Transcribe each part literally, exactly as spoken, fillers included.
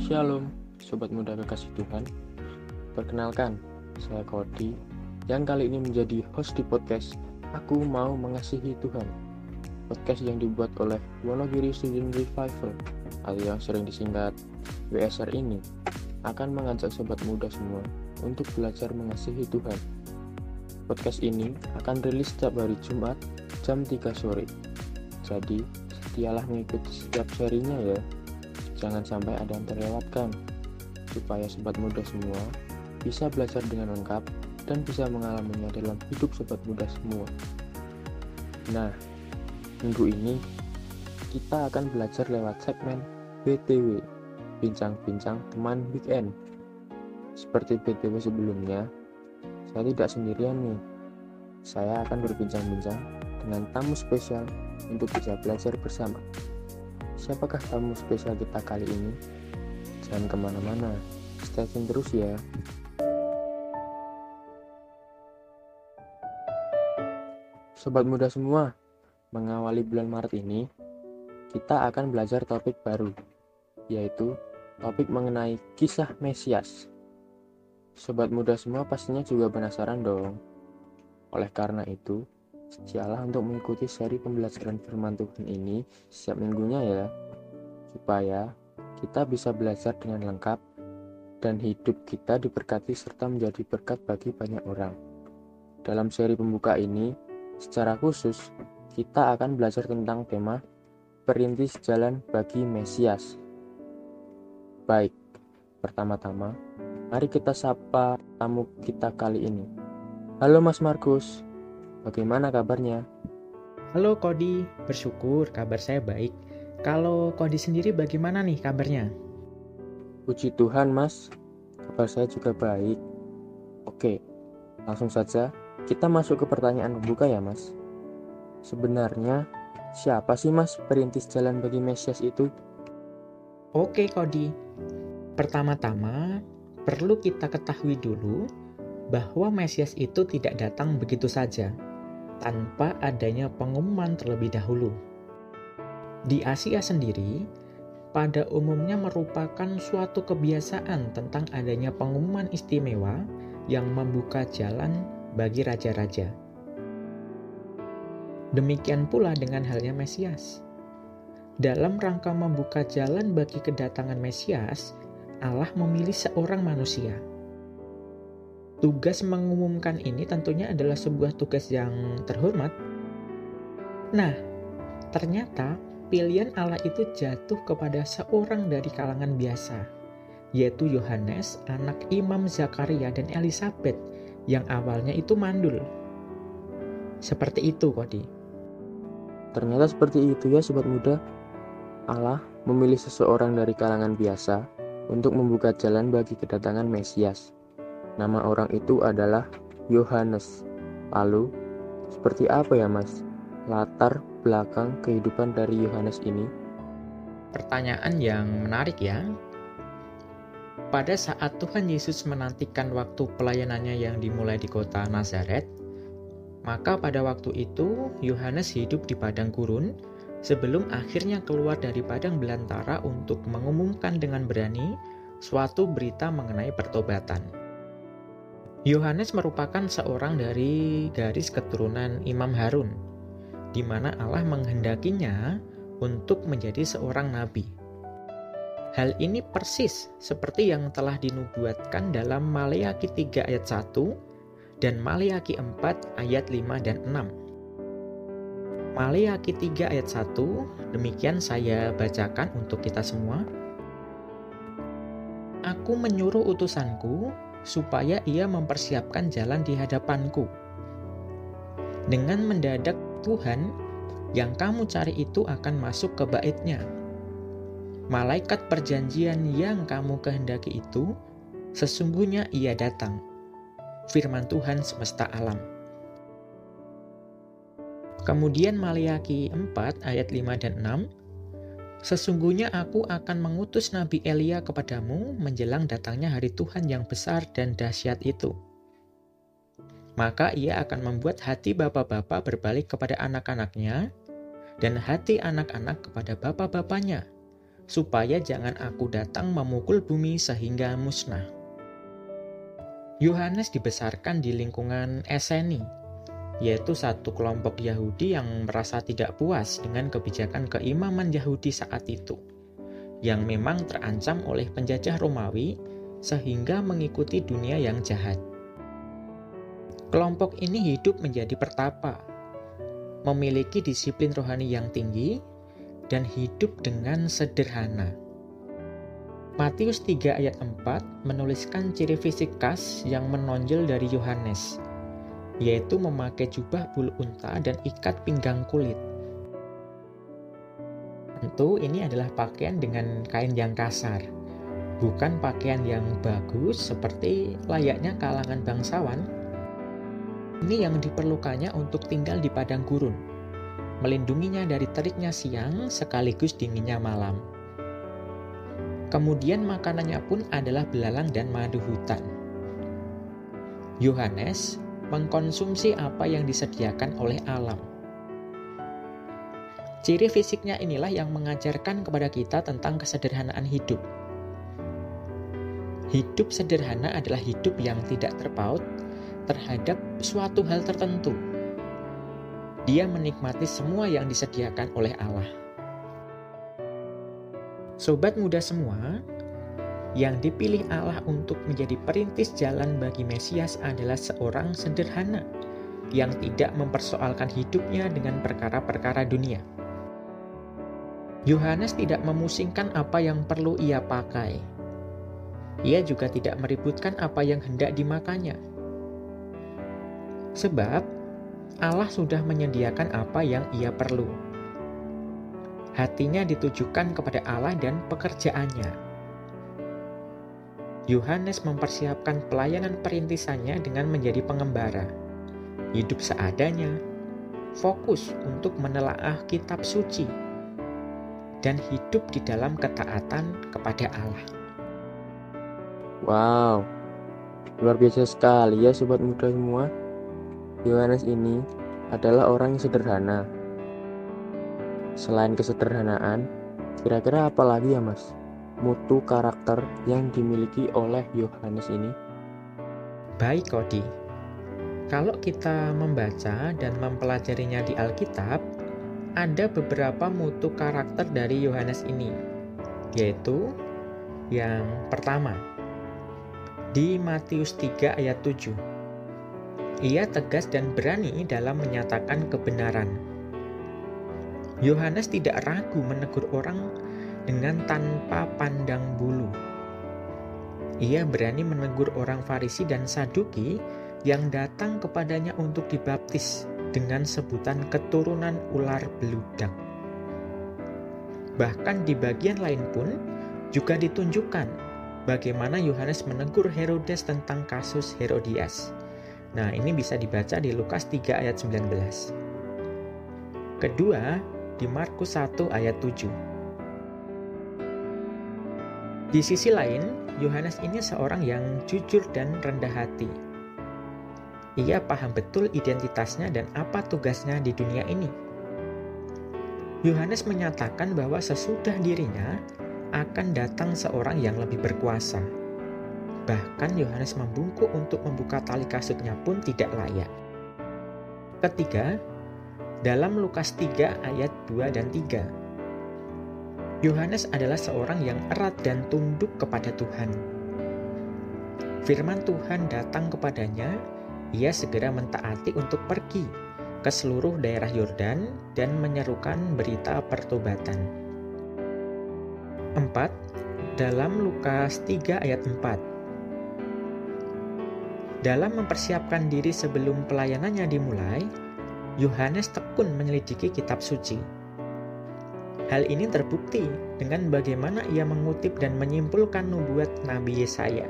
Shalom, Sobat Muda Kekasih Tuhan. Perkenalkan, saya Kodi, yang kali ini menjadi host di podcast Aku Mau Mengasihi Tuhan. Podcast yang dibuat oleh Wonogiri Student Revival, atau yang sering disingkat W S R ini, akan mengajak sobat muda semua untuk belajar mengasihi Tuhan. Podcast ini akan rilis setiap hari Jumat jam tiga sore. Jadi, setialah mengikuti setiap serinya ya. Jangan sampai ada yang terlewatkan, supaya sobat muda semua bisa belajar dengan lengkap dan bisa mengalaminya dalam hidup sobat muda semua. Nah, minggu ini kita akan belajar lewat segmen B T W, Bincang-Bincang Teman Weekend. Seperti B T W sebelumnya, saya tidak sendirian nih. Saya akan berbincang-bincang dengan tamu spesial untuk bisa belajar bersama. Siapakah tamu spesial kita kali ini? Jangan kemana-mana, stay tune terus ya. Sobat muda semua, mengawali bulan Maret ini, kita akan belajar topik baru, yaitu topik mengenai kisah Mesias. Sobat muda semua pastinya juga penasaran dong. Oleh karena itu, setialah untuk mengikuti seri pembelajaran firman Tuhan ini setiap minggunya ya, supaya kita bisa belajar dengan lengkap dan hidup kita diberkati serta menjadi berkat bagi banyak orang. Dalam seri pembuka ini, secara khusus, kita akan belajar tentang tema Perintis Jalan bagi Mesias. Baik, pertama-tama, mari kita sapa tamu kita kali ini. Halo Mas Markus. Bagaimana kabarnya? Halo Kodi, bersyukur kabar saya baik. Kalau Kodi sendiri bagaimana nih kabarnya? Puji Tuhan Mas, kabar saya juga baik. Oke, langsung saja kita masuk ke pertanyaan pembuka ya Mas. Sebenarnya siapa sih Mas perintis jalan bagi Mesias itu? Oke Kodi, pertama-tama perlu kita ketahui dulu bahwa Mesias itu tidak datang begitu saja, tanpa adanya pengumuman terlebih dahulu. Di Asia sendiri, pada umumnya merupakan suatu kebiasaan tentang adanya pengumuman istimewa yang membuka jalan bagi raja-raja. Demikian pula dengan halnya Mesias. Dalam rangka membuka jalan bagi kedatangan Mesias, Allah memilih seorang manusia. Tugas mengumumkan ini tentunya adalah sebuah tugas yang terhormat. Nah, ternyata pilihan Allah itu jatuh kepada seorang dari kalangan biasa, yaitu Yohanes, anak Imam Zakaria dan Elisabet, yang awalnya itu mandul. Seperti itu, Kodi. Ternyata seperti itu ya sobat muda. Allah memilih seseorang dari kalangan biasa untuk membuka jalan bagi kedatangan Mesias. Nama orang itu adalah Yohanes. Lalu, seperti apa ya Mas latar belakang kehidupan dari Yohanes ini? Pertanyaan yang menarik ya. Pada saat Tuhan Yesus menantikan waktu pelayanannya yang dimulai di kota Nazaret, maka pada waktu itu Yohanes hidup di padang gurun sebelum akhirnya keluar dari padang belantara untuk mengumumkan dengan berani suatu berita mengenai pertobatan. Yohanes merupakan seorang dari garis keturunan Imam Harun, di mana Allah menghendakinya untuk menjadi seorang nabi. Hal ini persis seperti yang telah dinubuatkan dalam Maleakhi tiga ayat satu dan Maleakhi empat ayat lima dan enam. Maleakhi tiga ayat satu, demikian saya bacakan untuk kita semua. Aku menyuruh utusanku supaya ia mempersiapkan jalan di hadapanku. Dengan mendadak Tuhan yang kamu cari itu akan masuk ke bait-Nya. Malaikat perjanjian yang kamu kehendaki itu, sesungguhnya ia datang. Firman Tuhan semesta alam. Kemudian Maleakhi empat ayat lima dan enam, sesungguhnya aku akan mengutus Nabi Elia kepadamu menjelang datangnya hari Tuhan yang besar dan dahsyat itu. Maka ia akan membuat hati bapa-bapa berbalik kepada anak-anaknya, dan hati anak-anak kepada bapa-bapanya, supaya jangan aku datang memukul bumi sehingga musnah. Yohanes dibesarkan di lingkungan Esseni, yaitu satu kelompok Yahudi yang merasa tidak puas dengan kebijakan keimaman Yahudi saat itu, yang memang terancam oleh penjajah Romawi sehingga mengikuti dunia yang jahat. Kelompok ini hidup menjadi pertapa, memiliki disiplin rohani yang tinggi, dan hidup dengan sederhana. Matius tiga ayat empat menuliskan ciri fisik khas yang menonjol dari Yohanes, yaitu memakai jubah bulu unta dan ikat pinggang kulit. Tentu ini adalah pakaian dengan kain yang kasar, bukan pakaian yang bagus seperti layaknya kalangan bangsawan. Ini yang diperlukannya untuk tinggal di padang gurun, melindunginya dari teriknya siang sekaligus dinginnya malam. Kemudian makanannya pun adalah belalang dan madu hutan. Yohanes mengkonsumsi apa yang disediakan oleh alam. Ciri fisiknya inilah yang mengajarkan kepada kita tentang kesederhanaan hidup. Hidup sederhana adalah hidup yang tidak terpaut terhadap suatu hal tertentu. Dia menikmati semua yang disediakan oleh Allah. Sobat muda semua, yang dipilih Allah untuk menjadi perintis jalan bagi Mesias adalah seorang sederhana yang tidak mempersoalkan hidupnya dengan perkara-perkara dunia. Yohanes tidak memusingkan apa yang perlu ia pakai. Ia juga tidak meributkan apa yang hendak dimakannya. Sebab Allah sudah menyediakan apa yang ia perlu. Hatinya ditujukan kepada Allah dan pekerjaannya. Yohanes mempersiapkan pelayanan perintisannya dengan menjadi pengembara, hidup seadanya, fokus untuk menelaah kitab suci, dan hidup di dalam ketaatan kepada Allah. Wow, luar biasa sekali ya sobat muda semua. Yohanes ini adalah orang yang sederhana. Selain kesederhanaan, kira-kira apa lagi ya mas, mutu karakter yang dimiliki oleh Yohanes ini? Baik Kodi, kalau kita membaca dan mempelajarinya di Alkitab, ada beberapa mutu karakter dari Yohanes ini, yaitu yang pertama, di Matius tiga ayat tujuh. Ia tegas dan berani dalam menyatakan kebenaran. Yohanes tidak ragu menegur orang dengan tanpa pandang bulu. Ia berani menegur orang Farisi dan Saduki yang datang kepadanya untuk dibaptis dengan sebutan keturunan ular beludak. Bahkan di bagian lain pun juga ditunjukkan bagaimana Yohanes menegur Herodes tentang kasus Herodias. Nah, ini bisa dibaca di Lukas tiga ayat sembilan belas. Kedua, di Markus satu ayat tujuh. Di sisi lain, Yohanes ini seorang yang jujur dan rendah hati. Ia paham betul identitasnya dan apa tugasnya di dunia ini. Yohanes menyatakan bahwa sesudah dirinya akan datang seorang yang lebih berkuasa. Bahkan Yohanes membungkuk untuk membuka tali kasutnya pun tidak layak. Ketiga, dalam Lukas tiga ayat dua dan tiga. Yohanes adalah seorang yang erat dan tunduk kepada Tuhan. Firman Tuhan datang kepadanya, ia segera mentaati untuk pergi ke seluruh daerah Yordan dan menyerukan berita pertobatan. Empat, dalam Lukas tiga ayat empat. Dalam mempersiapkan diri sebelum pelayanannya dimulai, Yohanes tekun menyelidiki kitab suci. Hal ini terbukti dengan bagaimana ia mengutip dan menyimpulkan nubuat Nabi Yesaya.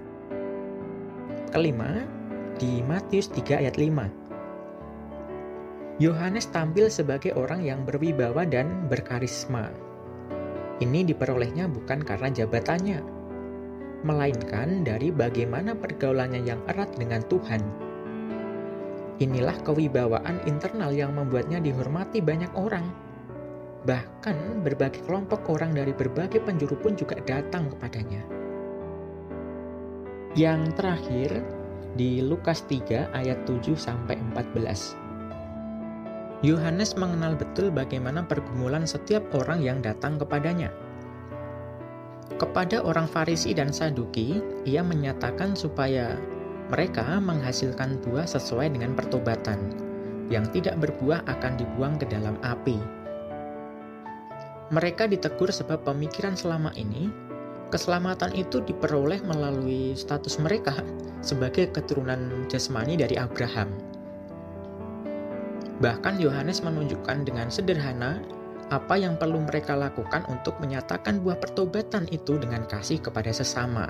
Kelima, di Matius tiga ayat lima. Yohanes tampil sebagai orang yang berwibawa dan berkarisma. Ini diperolehnya bukan karena jabatannya, melainkan dari bagaimana pergaulannya yang erat dengan Tuhan. Inilah kewibawaan internal yang membuatnya dihormati banyak orang. Bahkan berbagai kelompok orang dari berbagai penjuru pun juga datang kepadanya. Yang terakhir di Lukas tiga ayat tujuh sampai empat belas. Yohanes mengenal betul bagaimana pergumulan setiap orang yang datang kepadanya. Kepada orang Farisi dan Saduki, ia menyatakan supaya mereka menghasilkan buah sesuai dengan pertobatan. Yang tidak berbuah akan dibuang ke dalam api. Mereka ditegur sebab pemikiran selama ini, keselamatan itu diperoleh melalui status mereka sebagai keturunan jasmani dari Abraham. Bahkan Yohanes menunjukkan dengan sederhana apa yang perlu mereka lakukan untuk menyatakan buah pertobatan itu dengan kasih kepada sesama.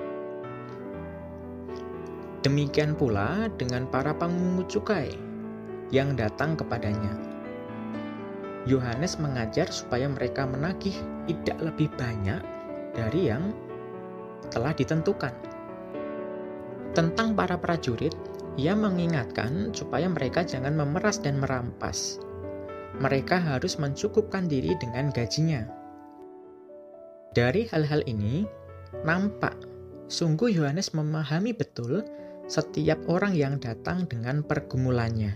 Demikian pula dengan para pemungut cukai yang datang kepadanya. Yohanes mengajar supaya mereka menagih tidak lebih banyak dari yang telah ditentukan. Tentang para prajurit, ia mengingatkan supaya mereka jangan memeras dan merampas. Mereka harus mencukupkan diri dengan gajinya. Dari hal-hal ini, nampak sungguh Yohanes memahami betul setiap orang yang datang dengan pergumulannya.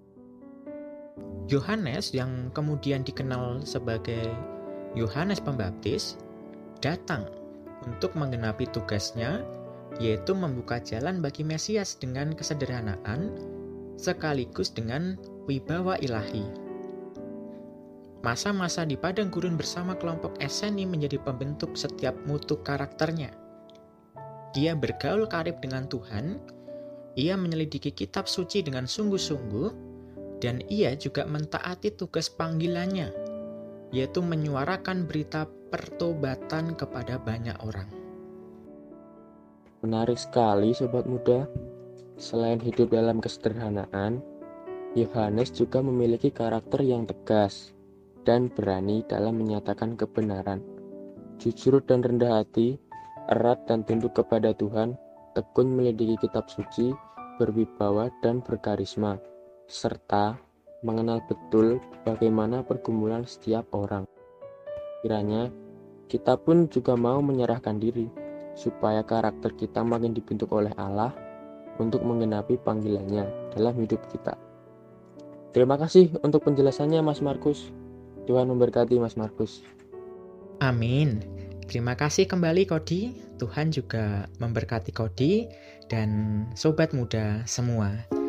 Yohanes yang kemudian dikenal sebagai Yohanes Pembaptis datang untuk menggenapi tugasnya, yaitu membuka jalan bagi Mesias dengan kesederhanaan sekaligus dengan wibawa ilahi. Masa-masa di padang gurun bersama kelompok Esseni menjadi pembentuk setiap mutu karakternya. Ia bergaul karib dengan Tuhan, ia menyelidiki kitab suci dengan sungguh-sungguh, dan ia juga mentaati tugas panggilannya, yaitu menyuarakan berita pertobatan kepada banyak orang. Menarik sekali sobat muda. Selain hidup dalam kesederhanaan, Yohanes juga memiliki karakter yang tegas dan berani dalam menyatakan kebenaran. Jujur dan rendah hati, erat dan tunduk kepada Tuhan, tekun menyelidiki kitab suci, berwibawa dan berkarisma, serta mengenal betul bagaimana pergumulan setiap orang. Kiranya kita pun juga mau menyerahkan diri, supaya karakter kita makin dibentuk oleh Allah untuk menggenapi panggilannya dalam hidup kita. Terima kasih untuk penjelasannya Mas Markus. Tuhan memberkati Mas Markus. Amin. Terima kasih kembali Kodi. Tuhan juga memberkati Kodi dan sobat muda semua.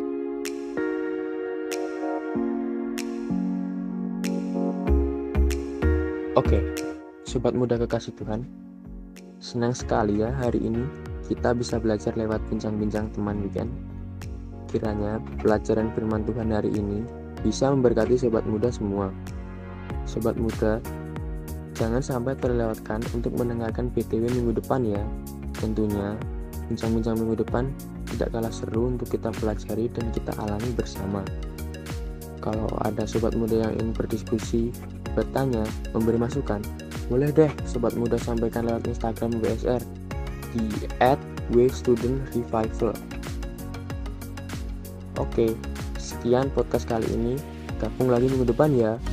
Oke, sobat muda kekasih Tuhan. Senang sekali ya hari ini kita bisa belajar lewat bincang-bincang teman weekend. Kiranya pelajaran firman Tuhan hari ini bisa memberkati sobat muda semua. Sobat muda, jangan sampai terlewatkan untuk mendengarkan B T W minggu depan ya. Tentunya bincang-bincang minggu depan tidak kalah seru untuk kita pelajari dan kita alami bersama. Kalau ada sobat muda yang ingin berdiskusi, bertanya, memberi masukan, boleh deh sobat muda sampaikan lewat Instagram W S R di at w student revival. Oke, sekian podcast kali ini. Gabung lagi minggu depan ya.